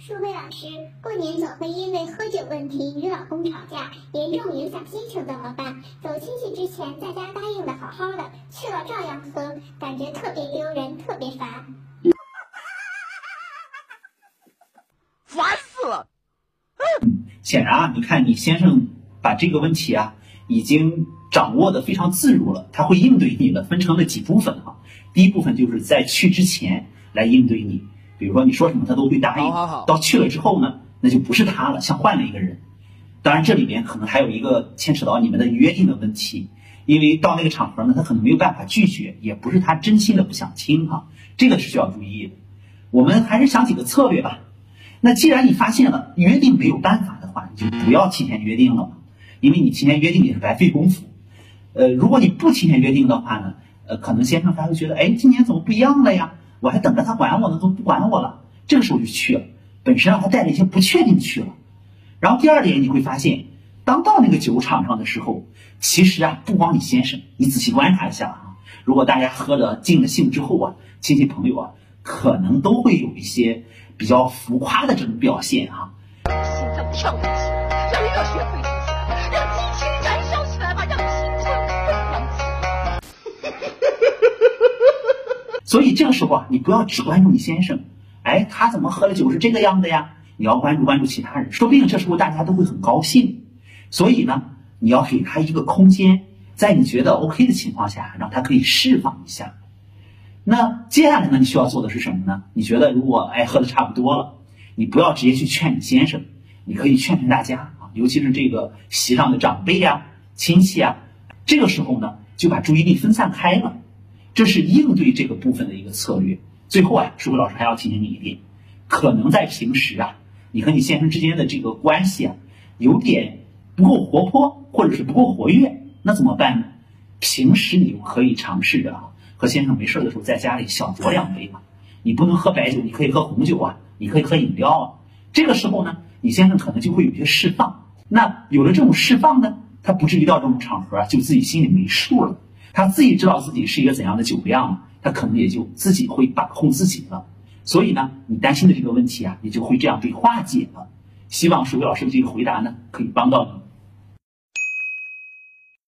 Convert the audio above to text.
舒辉老师，过年总会因为喝酒问题与老公吵架，严重影响心情怎么办？走亲戚之前在家答应的好好的，去了照样喝，感觉特别丢人，特别烦。 烦死了！ 显然啊，你看你先生把这个问题啊已经掌握的非常自如了，他会应对你了，分成了几部分啊。第一部分就是在去之前来应对你，比如说你说什么他都会答应，到去了之后呢，那就不是他了，像换了一个人。当然这里边可能还有一个牵扯到你们的约定的问题，因为到那个场合呢，他可能没有办法拒绝，也不是他真心的不想听哈，这个是需要注意的。我们还是想几个策略吧。那既然你发现了约定没有办法的话，你就不要提前约定了嘛，因为你提前约定也是白费功夫。如果你不提前约定的话呢，可能先生他会觉得，哎，今年怎么不一样了呀？我还等着他管我呢，都不管我了。这个时候就去了，本身还带着一些不确定去了。然后第二点，你会发现，当到那个酒场上的时候，其实啊，不光你先生，你仔细观察一下啊，如果大家喝的尽了兴之后啊，亲戚朋友啊，可能都会有一些比较浮夸的这种表现啊。 心脏跳动起来，让热血沸腾起来，让激情燃烧起来吧，让青春疯狂起来。 所以这个时候啊，你不要只关注你先生，哎，他怎么喝了酒是这个样子呀？你要关注其他人，说不定这时候大家都会很高兴。所以呢，你要给他一个空间，在你觉得 OK 的情况下，让他可以释放一下。那接下来呢，你需要做的是什么呢？你觉得如果喝的差不多了，你不要直接去劝你先生，你可以劝大家啊，尤其是这个席上的长辈啊、亲戚啊，这个时候呢，就把注意力分散开了。这是应对这个部分的一个策略。最后啊，舒辉老师还要提醒你一点，可能在平时啊，你和你先生之间的这个关系啊，有点不够活泼，或者是不够活跃，那怎么办呢？平时你可以尝试着和先生没事的时候在家里小酌2杯嘛。你不能喝白酒，你可以喝红酒啊，你可以喝饮料啊。这个时候呢，你先生可能就会有一些释放。那有了这种释放呢，他不至于到这种场合就自己心里没数了，他自己知道自己是一个怎样的酒量，他可能也就自己会把控自己了。所以呢，你担心的这个问题啊，也就会这样被化解了。希望舒辉老师的这个回答呢，可以帮到你。